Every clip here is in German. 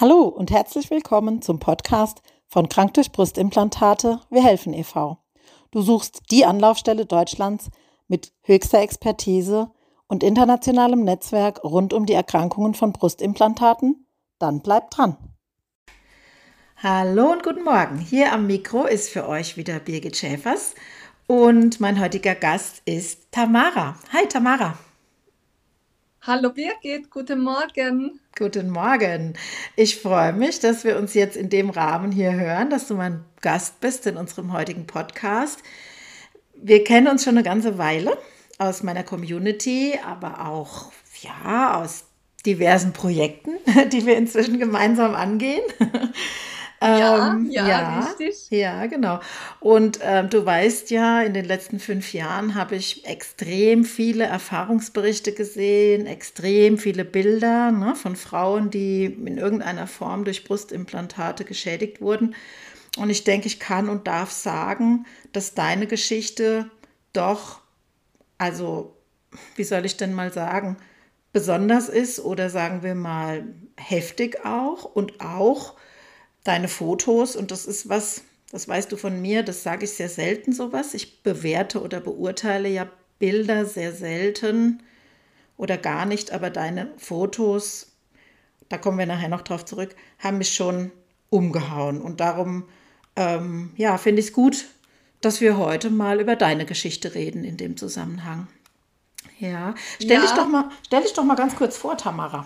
Hallo und herzlich willkommen zum Podcast von Krank durch Brustimplantate – Wir helfen e.V. Du suchst die Anlaufstelle Deutschlands mit höchster Expertise und internationalem Netzwerk rund um die Erkrankungen von Brustimplantaten? Dann bleib dran. Hallo und guten Morgen. Hier am Mikro ist für euch wieder Birgit Schäfers und mein heutiger Gast ist Tamara. Hi Tamara. Hallo Birgit, guten Morgen. Guten Morgen. Ich freue mich, dass wir uns jetzt in dem Rahmen hier hören, dass du mein Gast bist in unserem heutigen Podcast. Wir kennen uns schon eine ganze Weile aus meiner Community, aber auch aus diversen Projekten, die wir inzwischen gemeinsam angehen. Richtig. Ja, genau. Und du weißt ja, in den letzten 5 Jahren habe ich extrem viele Erfahrungsberichte gesehen, extrem viele Bilder, ne, von Frauen, die in irgendeiner Form durch Brustimplantate geschädigt wurden. Und ich denke, ich kann und darf sagen, dass deine Geschichte doch, also, wie soll ich denn mal sagen, besonders ist oder sagen wir mal heftig auch und auch deine Fotos, und das ist was, das weißt du von mir, das sage ich sehr selten sowas. Ich bewerte oder beurteile ja Bilder sehr selten oder gar nicht, aber deine Fotos, da kommen wir nachher noch drauf zurück, haben mich schon umgehauen. Und darum, finde ich es gut, dass wir heute mal über deine Geschichte reden in dem Zusammenhang. Ja, stell dich doch mal ganz kurz vor, Tamara.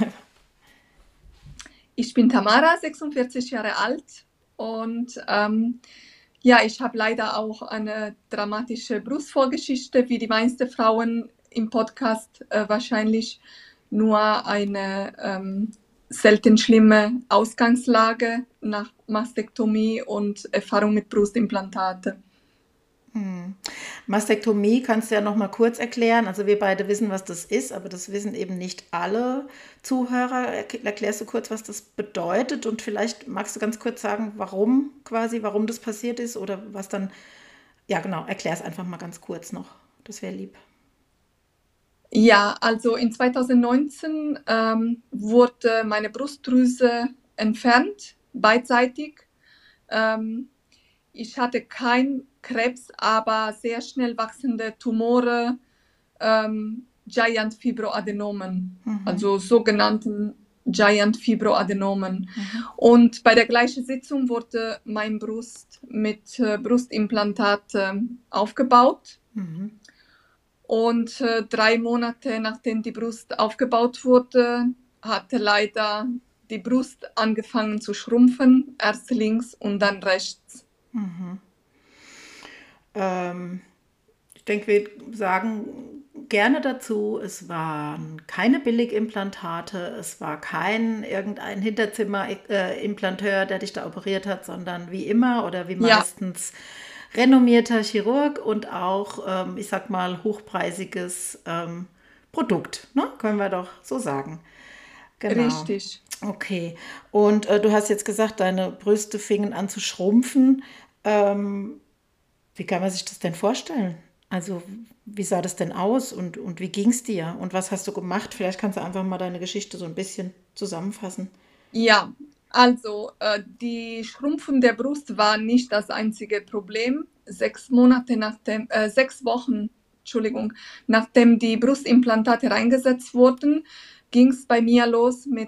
Ich bin Tamara, 46 Jahre alt und ich habe leider auch eine dramatische Brustvorgeschichte, wie die meisten Frauen im Podcast wahrscheinlich nur eine selten schlimme Ausgangslage nach Mastektomie und Erfahrung mit Brustimplantate. Mastektomie kannst du ja noch mal kurz erklären. Also wir beide wissen, was das ist, aber das wissen eben nicht alle Zuhörer. Erklärst du kurz, was das bedeutet? Und vielleicht magst du ganz kurz sagen, warum das passiert ist oder was dann, ja genau, erklär es einfach mal ganz kurz noch. Das wäre lieb. Ja, also in 2019 wurde meine Brustdrüse entfernt, beidseitig. Ich hatte keinen Krebs, aber sehr schnell wachsende Tumore, Giant Fibroadenomen, also sogenannten Giant Fibroadenomen. Und bei der gleichen Sitzung wurde mein Brust mit Brustimplantat aufgebaut. Und 3 Monate nachdem die Brust aufgebaut wurde, hatte leider die Brust angefangen zu schrumpfen, erst links und dann rechts. Ich denke, wir sagen gerne dazu, es waren keine Billigimplantate, es war kein irgendein Hinterzimmerimplanteur, der dich da operiert hat, sondern wie immer oder wie meistens renommierter Chirurg und auch, ich sag mal, hochpreisiges Produkt, ne? Können wir doch so sagen. Genau. Richtig. Okay. Und du hast jetzt gesagt, deine Brüste fingen an zu schrumpfen. Wie kann man sich das denn vorstellen? Also, wie sah das denn aus und wie ging es dir? Und was hast du gemacht? Vielleicht kannst du einfach mal deine Geschichte so ein bisschen zusammenfassen. Ja, also die Schrumpfung der Brust war nicht das einzige Problem. 6 Wochen, nachdem die Brustimplantate reingesetzt wurden, ging es bei mir los mit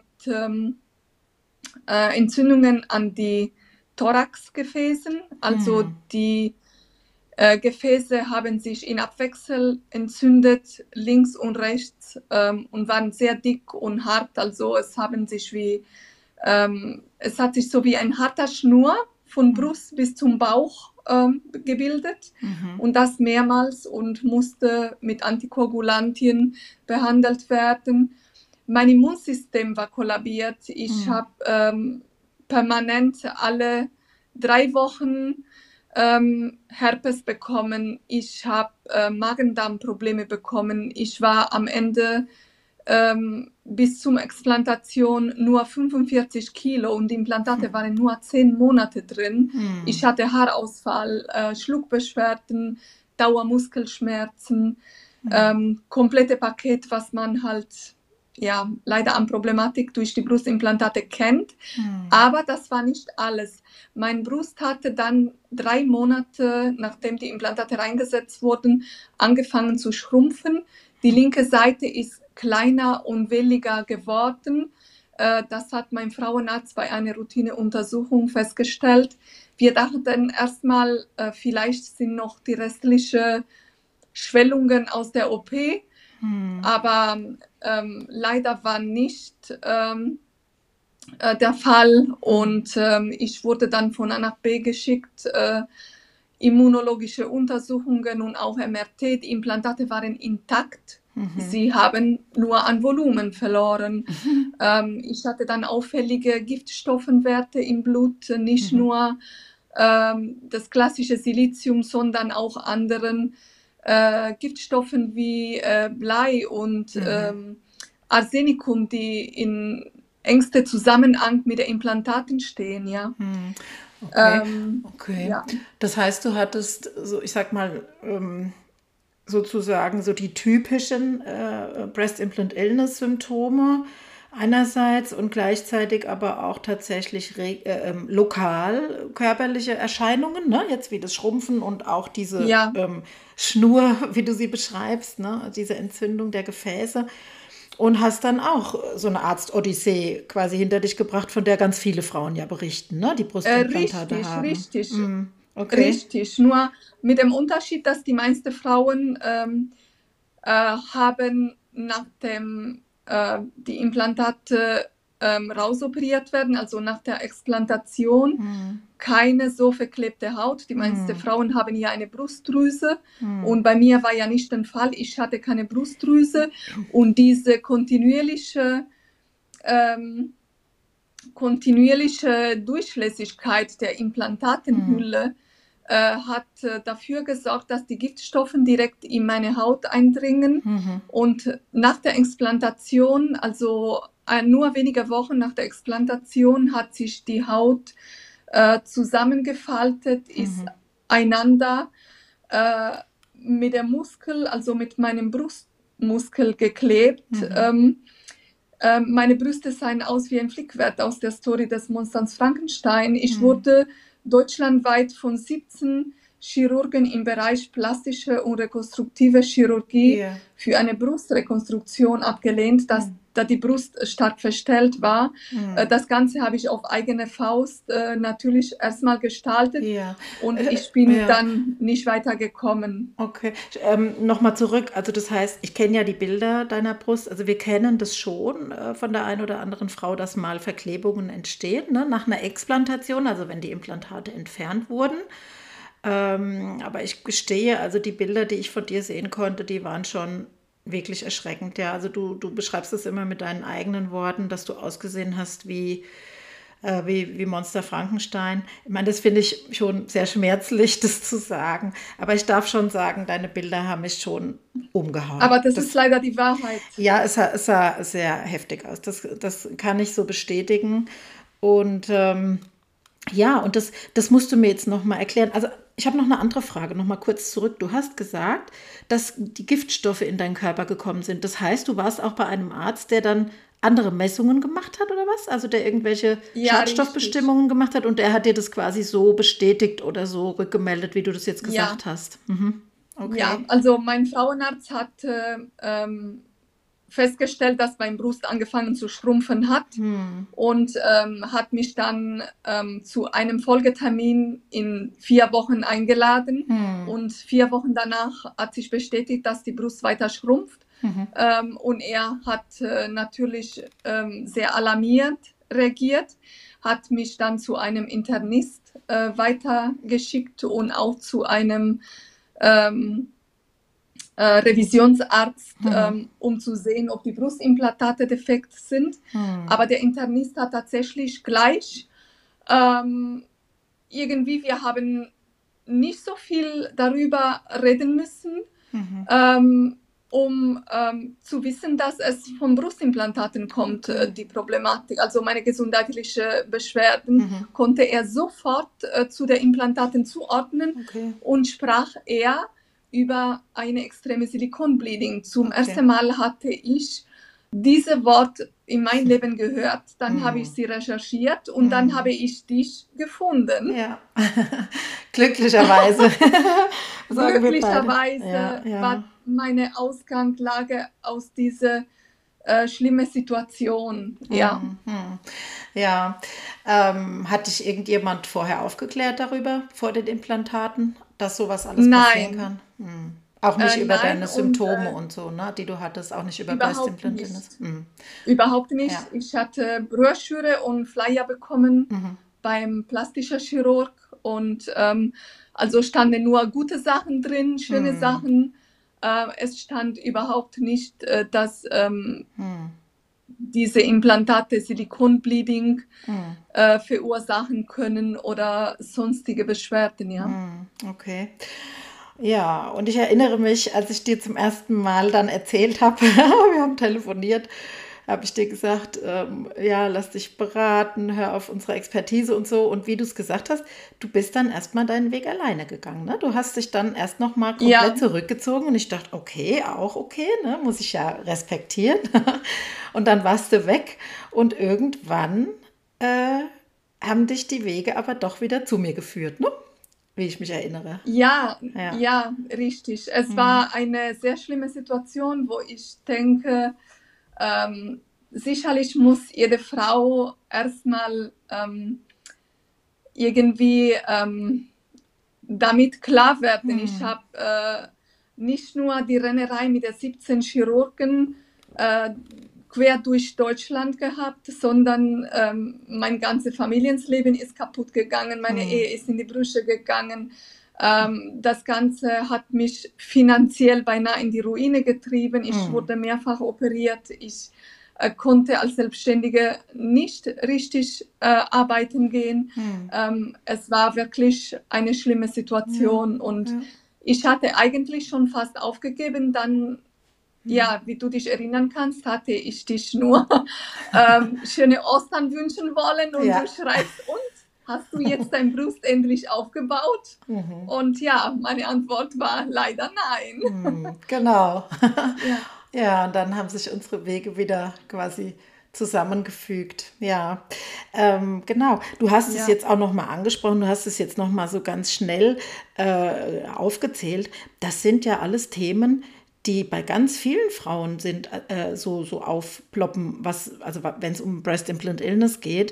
Entzündungen an die Thoraxgefäßen. Also die Gefäße haben sich in Abwechsel entzündet, links und rechts, und waren sehr dick und hart. Also es hat sich so wie ein harter Schnur von Brust bis zum Bauch gebildet und das mehrmals und musste mit Antikoagulantien behandelt werden. Mein Immunsystem war kollabiert. Ich habe permanent alle 3 Wochen Herpes bekommen. Ich habe Magen-Darm-Probleme bekommen. Ich war am Ende bis zur Explantation nur 45 Kilo und die Implantate waren nur 10 Monate drin. Ich hatte Haarausfall, Schluckbeschwerden, Dauermuskelschmerzen, komplette Paket, was man halt ja, leider an Problematik durch die Brustimplantate kennt. Hm. Aber das war nicht alles. Mein Brust hatte dann 3 Monate, nachdem die Implantate reingesetzt wurden, angefangen zu schrumpfen. Die linke Seite ist kleiner und welliger geworden. Das hat mein Frauenarzt bei einer Routineuntersuchung festgestellt. Wir dachten erstmal, vielleicht sind noch die restlichen Schwellungen aus der OP, aber leider war nicht der Fall und ich wurde dann von A nach B geschickt, immunologische Untersuchungen und auch MRT. Die Implantate waren intakt. Sie haben nur an Volumen verloren. Ich hatte dann auffällige Giftstoffenwerte im Blut, nicht nur das klassische Silizium, sondern auch anderen Giftstoffen wie Blei und Arsenicum, die in engste Zusammenhang mit den Implantaten stehen, ja. Okay. Okay. Ja. Das heißt, du hattest so, ich sag mal, sozusagen so die typischen Breast Implant Illness Symptome einerseits und gleichzeitig aber auch tatsächlich lokal körperliche Erscheinungen, ne? Jetzt wie das Schrumpfen und auch diese Ja. Schnur, wie du sie beschreibst, ne? Diese Entzündung der Gefäße. Und hast dann auch so eine Arzt-Odyssee quasi hinter dich gebracht, von der ganz viele Frauen ja berichten, ne? Die Brustimplantate haben. Richtig. Okay. Richtig. Nur mit dem Unterschied, dass die meisten Frauen haben, nachdem die Implantate rausoperiert werden, also nach der Explantation, keine so verklebte Haut. Die meisten Frauen haben ja eine Brustdrüse und bei mir war ja nicht der Fall. Ich hatte keine Brustdrüse und diese kontinuierliche Durchlässigkeit der Implantatenhülle hat dafür gesorgt, dass die Giftstoffe direkt in meine Haut eindringen. Und nach der Explantation, also nur wenige Wochen nach der Explantation, hat sich die Haut zusammengefaltet, ist einander mit dem Muskel, also mit meinem Brustmuskel geklebt. Meine Brüste sahen aus wie ein Flickwerk aus der Story des Monsters Frankenstein. Ich wurde deutschlandweit von 17 Chirurgen im Bereich plastische und rekonstruktive Chirurgie für eine Brustrekonstruktion abgelehnt, da die Brust stark verstellt war. Das Ganze habe ich auf eigene Faust natürlich erstmal gestaltet und ich bin dann nicht weitergekommen. Okay, nochmal zurück. Also das heißt, ich kenne ja die Bilder deiner Brust. Also wir kennen das schon von der einen oder anderen Frau, dass mal Verklebungen entstehen, ne, nach einer Explantation, also wenn die Implantate entfernt wurden. Aber ich gestehe, also die Bilder, die ich von dir sehen konnte, die waren schon wirklich erschreckend. Ja, also du beschreibst es immer mit deinen eigenen Worten, dass du ausgesehen hast wie Monster Frankenstein. Ich meine, das finde ich schon sehr schmerzlich, das zu sagen. Aber ich darf schon sagen, deine Bilder haben mich schon umgehauen. Aber das ist leider die Wahrheit. Ja, es sah sehr heftig aus. Das kann ich so bestätigen. Und ja, und das musst du mir jetzt nochmal erklären. Also ich habe noch eine andere Frage, nochmal kurz zurück. Du hast gesagt, dass die Giftstoffe in deinen Körper gekommen sind. Das heißt, du warst auch bei einem Arzt, der dann andere Messungen gemacht hat oder was? Also der irgendwelche Schadstoffbestimmungen gemacht hat und der hat dir das quasi so bestätigt oder so rückgemeldet, wie du das jetzt gesagt hast. Okay. Ja, also mein Frauenarzt hat festgestellt, dass mein Brust angefangen zu schrumpfen hat und hat mich dann zu einem Folgetermin in 4 Wochen eingeladen und 4 Wochen danach hat sich bestätigt, dass die Brust weiter schrumpft. Und er hat natürlich sehr alarmiert reagiert, hat mich dann zu einem Internist weitergeschickt und auch zu einem Revisionsarzt, um zu sehen, ob die Brustimplantate defekt sind. Aber der Internist hat tatsächlich gleich irgendwie, wir haben nicht so viel darüber reden müssen, um zu wissen, dass es von Brustimplantaten kommt, die Problematik. Also meine gesundheitliche Beschwerden konnte er sofort zu den Implantaten zuordnen und sprach er über eine extreme Silikonbleeding. Zum ersten Mal hatte ich diese Wort in mein Leben gehört, dann habe ich Hm. sie recherchiert und dann habe ich dich gefunden. Ja, glücklicherweise, sagen wir beide. Ja, Glücklicherweise war ja. meine Ausgangslage aus dieser schlimmen Situation. Ja. Hm. Ja, hat dich irgendjemand vorher aufgeklärt darüber, vor den Implantaten, dass sowas alles passieren Nein, kann? Auch nicht über nein deine und Symptome und so, ne, die du hattest, auch nicht über Breast überhaupt Implant nicht. Illness? Überhaupt Ja. nicht. Ich hatte Broschüre und Flyer bekommen beim plastischen Chirurg und also standen nur gute Sachen drin, schöne Sachen. Es stand überhaupt nicht, dass diese Implantate Silikonbleeding verursachen können oder sonstige Beschwerden, ja. Okay. Ja, und ich erinnere mich, als ich dir zum ersten Mal dann erzählt habe, wir haben telefoniert, habe ich dir gesagt, ja, lass dich beraten, hör auf unsere Expertise und so. Und wie du es gesagt hast, du bist dann erstmal deinen Weg alleine gegangen. Ne? Du hast dich dann erst nochmal komplett Ja, zurückgezogen und ich dachte, okay, auch okay, ne? Muss ich ja respektieren. Und dann warst du weg und irgendwann haben dich die Wege aber doch wieder zu mir geführt, ne? Wie ich mich erinnere. ja, Ja. ja, richtig. Es war eine sehr schlimme Situation, wo ich denke, sicherlich muss jede Frau erstmal irgendwie damit klar werden. Ich habe nicht nur die Rennerei mit den 17 Chirurgen quer durch Deutschland gehabt, sondern mein ganzes Familienleben ist kaputt gegangen, meine Ehe ist in die Brüche gegangen. Das Ganze hat mich finanziell beinahe in die Ruine getrieben. Ich wurde mehrfach operiert. Ich konnte als Selbstständige nicht richtig arbeiten gehen. Es war wirklich eine schlimme Situation und ich hatte eigentlich schon fast aufgegeben. Dann, ja, wie du dich erinnern kannst, hatte ich dich nur schöne Ostern wünschen wollen und Ja. du schreibst, und hast du jetzt dein Brust endlich aufgebaut? Und ja, meine Antwort war leider nein. Genau. Ja. Ja, und dann haben sich unsere Wege wieder quasi zusammengefügt. Ja, genau. Du hast es Ja. jetzt auch noch mal angesprochen, du hast es jetzt noch mal so ganz schnell aufgezählt. Das sind ja alles Themen, die bei ganz vielen Frauen sind, so aufploppen, also wenn es um Breast Implant Illness geht,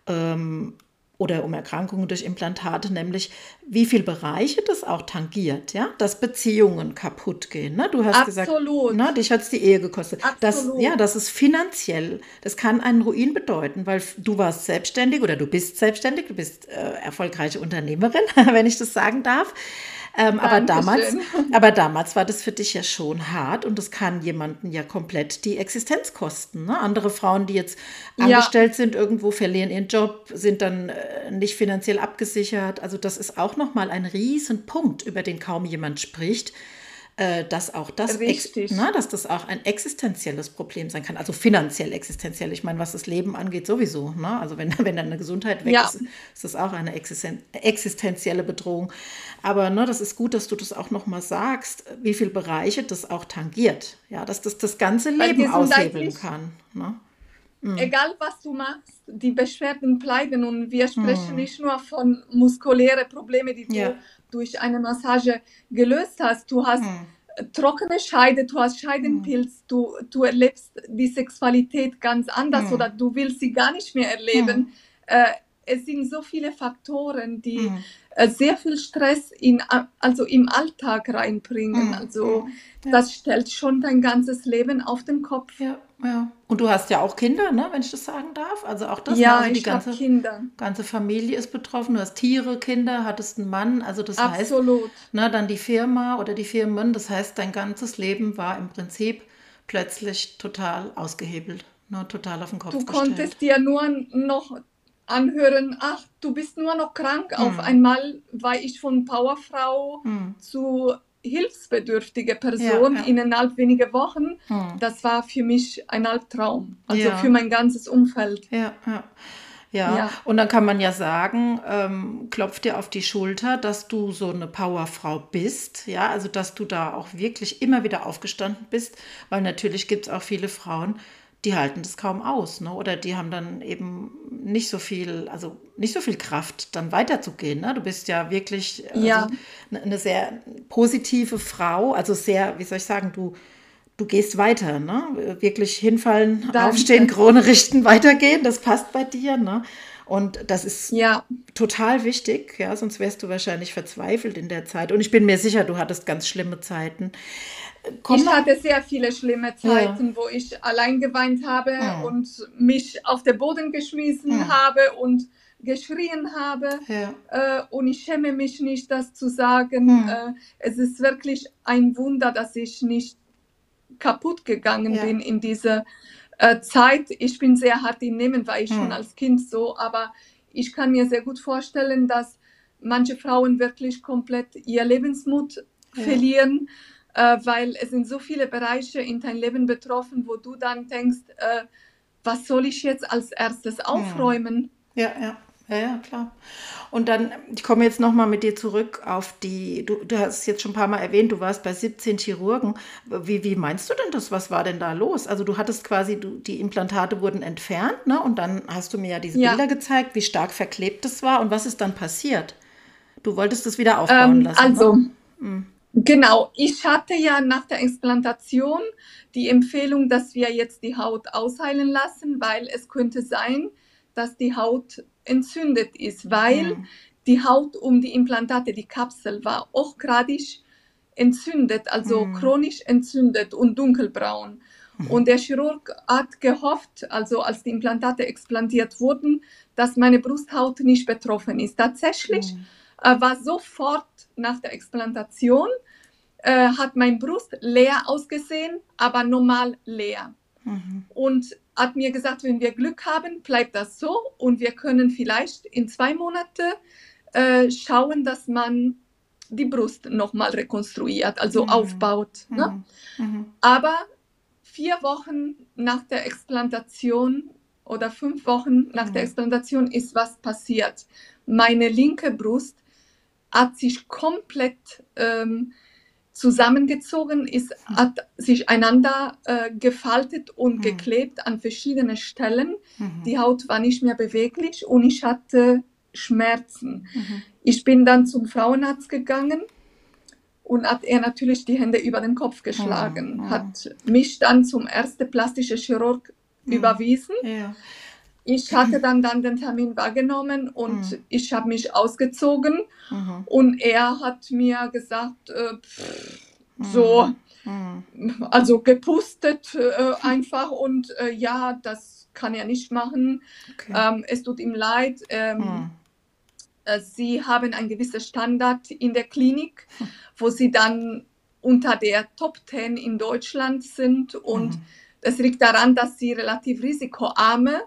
oder um Erkrankungen durch Implantate, nämlich wie viele Bereiche das auch tangiert, ja, dass Beziehungen kaputt gehen. Ne? Du hast gesagt, Absolut. ne, dich hat es die Ehe gekostet. Absolut. Das ist finanziell, das kann einen Ruin bedeuten, weil du warst selbstständig oder du bist selbstständig, du bist erfolgreiche Unternehmerin, wenn ich das sagen darf. Aber damals war das für dich ja schon hart und das kann jemanden ja komplett die Existenz kosten. Ne? Andere Frauen, die jetzt angestellt sind, irgendwo verlieren ihren Job, sind dann nicht finanziell abgesichert. Also das ist auch nochmal ein Riesenpunkt, über den kaum jemand spricht, dass auch dass das auch ein existenzielles Problem sein kann. Also finanziell existenziell. Ich meine, was das Leben angeht, sowieso. Ne? Also wenn deine Gesundheit weg ist, ist das auch eine existenzielle Bedrohung. Aber ne, das ist gut, dass du das auch nochmal sagst, wie viele Bereiche das auch tangiert. Ja, dass das ganze Leben aushebeln kann. Ne? Egal, was du machst, die Beschwerden bleiben und wir sprechen nicht nur von muskulären Problemen, die du durch eine Massage gelöst hast. Du hast trockene Scheide, du hast Scheidenpilz, du erlebst die Sexualität ganz anders oder du willst sie gar nicht mehr erleben. Es sind so viele Faktoren, die sehr viel Stress also im Alltag reinbringen. Also das stellt schon dein ganzes Leben auf den Kopf. Ja. Und du hast ja auch Kinder, ne, wenn ich das sagen darf. Also auch das, ja, ne? Also die ich habe Kinder. ganze Familie ist betroffen. Du hast Tiere, Kinder, hattest einen Mann. Also das Absolut. heißt, ne, dann die Firma oder die Firmen. Das heißt, dein ganzes Leben war im Prinzip plötzlich total ausgehebelt, ne, total auf den Kopf Du gestellt. konntest dir nur noch anhören, ach, du bist nur noch krank. Auf einmal war ich von Powerfrau zu hilfsbedürftige Person innerhalb weniger Wochen. Das war für mich ein Albtraum, also für mein ganzes Umfeld. Ja, und dann kann man ja sagen, klopf dir auf die Schulter, dass du so eine Powerfrau bist, ja, also dass du da auch wirklich immer wieder aufgestanden bist, weil natürlich gibt es auch viele Frauen, die halten das kaum aus, ne? Oder die haben dann eben nicht so viel Kraft, dann weiterzugehen, ne? Du bist ja wirklich, also Ja, eine sehr positive Frau, also sehr, wie soll ich sagen, du gehst weiter, ne? Wirklich hinfallen, aufstehen, danke. Krone richten, weitergehen, das passt bei dir, ne? Und das ist Ja, total wichtig, ja, sonst wärst du wahrscheinlich verzweifelt in der Zeit. Und ich bin mir sicher, du hattest ganz schlimme Zeiten. Komm ich noch, hatte sehr viele schlimme ja, Zeiten, wo ich allein geweint habe mm, und mich auf den Boden geschmissen mm, habe und geschrien habe. ja, Und ich schäme mich nicht, das zu sagen. mm, Es ist wirklich ein Wunder, dass ich nicht kaputt gegangen ja, bin in dieser Zeit. Ich bin sehr hart im Nehmen, war ich schon mm, als Kind so, aber ich kann mir sehr gut vorstellen, dass manche Frauen wirklich komplett ihr Lebensmut ja, verlieren, weil es sind so viele Bereiche in dein Leben betroffen, wo du dann denkst, was soll ich jetzt als erstes mm. aufräumen? Ja, ja, ja, ja, klar. Und dann, ich komme jetzt nochmal mit dir zurück auf du hast es jetzt schon ein paar Mal erwähnt, du warst bei 17 Chirurgen. Wie meinst du denn das? Was war denn da los? Also du hattest quasi, die Implantate wurden entfernt, ne? Und dann hast du mir ja diese Ja, Bilder gezeigt, wie stark verklebt das war und was ist dann passiert? Du wolltest das wieder aufbauen lassen, ne? also genau, ich hatte ja nach der Explantation die Empfehlung, dass wir jetzt die Haut ausheilen lassen, weil es könnte sein, dass die Haut entzündet ist, weil Mm, die Haut um die Implantate, die Kapsel, war hochgradig entzündet, also mm, chronisch entzündet und dunkelbraun. Und der Chirurg hat gehofft, also als die Implantate explantiert wurden, dass meine Brusthaut nicht betroffen ist. Tatsächlich mm, war sofort nach der Explantation hat mein Brust leer ausgesehen, aber normal leer. Und hat mir gesagt, wenn wir Glück haben, bleibt das so und wir können vielleicht in 2 Monaten schauen, dass man die Brust nochmal rekonstruiert, also mm, aufbaut. Ne? mm, mm, Aber 4 Wochen nach der Explantation oder 5 Wochen nach der mm, Explantation ist was passiert. Meine linke Brust hat sich komplett zusammengezogen, hat sich einander gefaltet und geklebt an verschiedene Stellen. Die Haut war nicht mehr beweglich und ich hatte Schmerzen. Ich bin dann zum Frauenarzt gegangen und hat er natürlich die Hände über den Kopf geschlagen, hat mich dann zum ersten plastischen Chirurg überwiesen. ja, Ich hatte dann den Termin wahrgenommen und ich habe mich ausgezogen und er hat mir gesagt, so, also gepustet einfach und ja, das kann er nicht machen. okay. Es tut ihm leid. Sie haben einen gewissen Standard in der Klinik, wo sie dann unter der Top 10 in Deutschland sind und das liegt daran, dass sie relativ risikoarme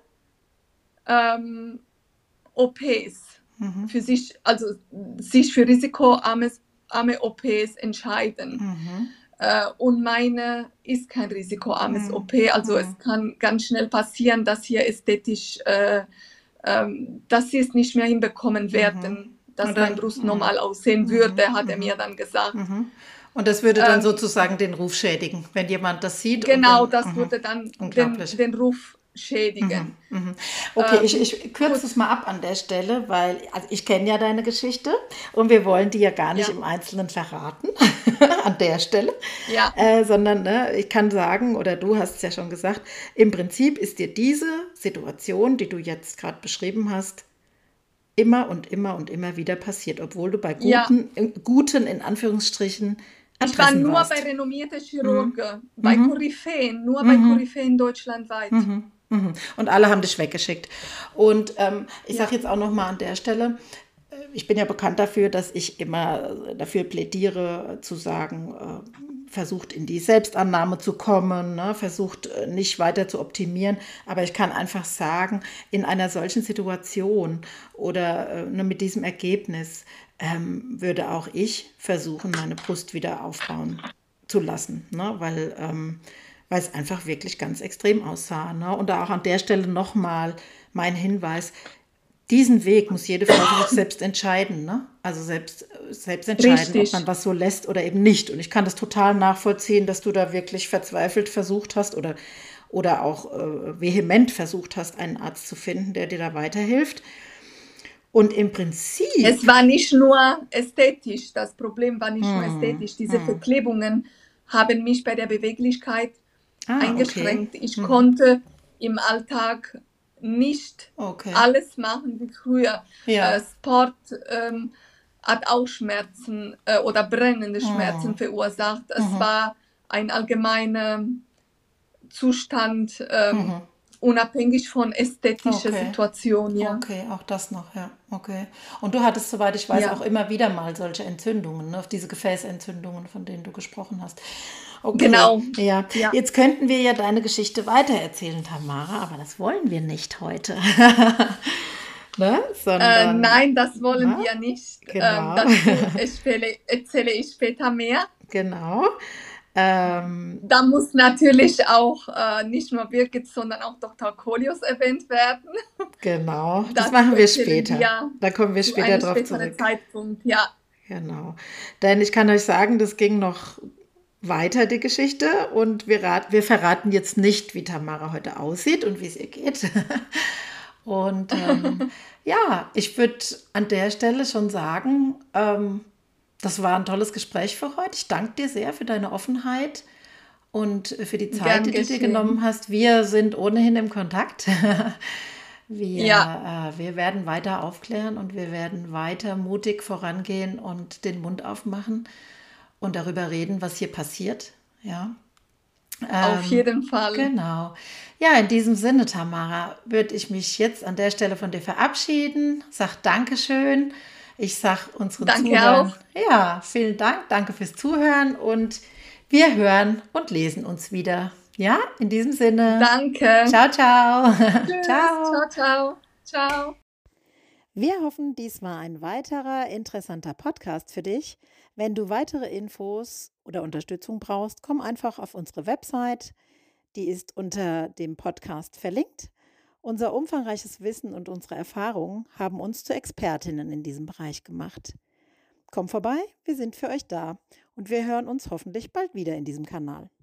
OPs für sich, also sich für risikoarme OPs entscheiden. Und meine ist kein risikoarmes OP, also es kann ganz schnell passieren, dass hier ästhetisch, dass sie es nicht mehr hinbekommen werden, dass Und mein dann, Brust normal aussehen würde, hat er mir dann gesagt. und das würde dann Ähm, sozusagen den Ruf schädigen, wenn jemand das sieht und genau, dann, das würde dann unglaublich. den Ruf schädigen. Okay, ich Gut, kürze es mal ab an der Stelle, weil also ich kenne ja deine Geschichte und wir wollen die ja gar nicht ja, im Einzelnen verraten an der Stelle, ja, sondern ne, ich kann sagen, oder du hast es ja schon gesagt, im Prinzip ist dir diese Situation, die du jetzt gerade beschrieben hast, immer und immer und immer wieder passiert, obwohl du bei ja. guten in Anführungsstrichen Ich war Adressen nur bei warst. renommierten Chirurgen, bei Koryphäen, nur bei Koryphäen deutschlandweit. Und alle haben dich weggeschickt. Und ich sage Ja, jetzt auch noch mal an der Stelle, ich bin ja bekannt dafür, dass ich immer dafür plädiere, zu sagen, versucht in die Selbstannahme zu kommen, ne? Versucht nicht weiter zu optimieren. Aber ich kann einfach sagen, in einer solchen Situation oder ne, mit diesem Ergebnis würde auch ich versuchen, meine Brust wieder aufbauen zu lassen, ne? Weil es einfach wirklich ganz extrem aussah. Ne? Und da auch an der Stelle nochmal mein Hinweis, diesen Weg muss jede Frau für sich selbst entscheiden. Ne? Also selbst entscheiden, ob man richtig. was so lässt oder eben nicht. Und ich kann das total nachvollziehen, dass du da wirklich verzweifelt versucht hast oder auch vehement versucht hast, einen Arzt zu finden, der dir da weiterhilft. Und im Prinzip. Es war nicht nur ästhetisch, das Problem war nicht nur ästhetisch. Diese Verklebungen haben mich bei der Beweglichkeit eingeschränkt. Okay. Ich konnte im Alltag nicht alles machen wie früher. Ja. Sport hat auch Schmerzen oder brennende Schmerzen verursacht. Es war ein allgemeiner Zustand, unabhängig von ästhetischer Situation. Ja. Okay, auch das noch, ja. Okay. Und du hattest, soweit ich weiß, auch immer wieder mal solche Entzündungen, ne? Diese Gefäßentzündungen, von denen du gesprochen hast. Okay. Genau. Ja. Jetzt könnten wir ja deine Geschichte weitererzählen, Tamara, aber das wollen wir nicht heute. Ne? Sondern, nein, das wollen wir nicht. Genau. Dazu erzähle ich später mehr. Genau. Da muss natürlich auch nicht nur Birgit, sondern auch Dr. Kolius erwähnt werden. Genau, das machen wir später. Da kommen wir zu später einem drauf späteren zurück. Zeitpunkt, ja. Genau. Denn ich kann euch sagen, das ging noch weiter, die Geschichte. Und wir verraten jetzt nicht, wie Tamara heute aussieht und wie es ihr geht. Und ja, ich würde an der Stelle schon sagen, das war ein tolles Gespräch für heute. Ich danke dir sehr für deine Offenheit und für die Zeit, die du dir genommen hast. Wir sind ohnehin im Kontakt. Wir werden weiter aufklären und wir werden weiter mutig vorangehen und den Mund aufmachen und darüber reden, was hier passiert. Ja. Auf jeden Fall. Genau. Ja, in diesem Sinne, Tamara, würde ich mich jetzt an der Stelle von dir verabschieden. Sag Dankeschön. Ich sage unseren Zuhörern. Auch. Ja, vielen Dank. Danke fürs Zuhören und wir hören und lesen uns wieder. Ja, in diesem Sinne. Danke. Ciao, ciao. Tschüss. Ciao. Ciao. Ciao. Wir hoffen, dies war ein weiterer interessanter Podcast für dich. Wenn du weitere Infos oder Unterstützung brauchst, komm einfach auf unsere Website. Die ist unter dem Podcast verlinkt. Unser umfangreiches Wissen und unsere Erfahrungen haben uns zu Expertinnen in diesem Bereich gemacht. Komm vorbei, wir sind für euch da und wir hören uns hoffentlich bald wieder in diesem Kanal.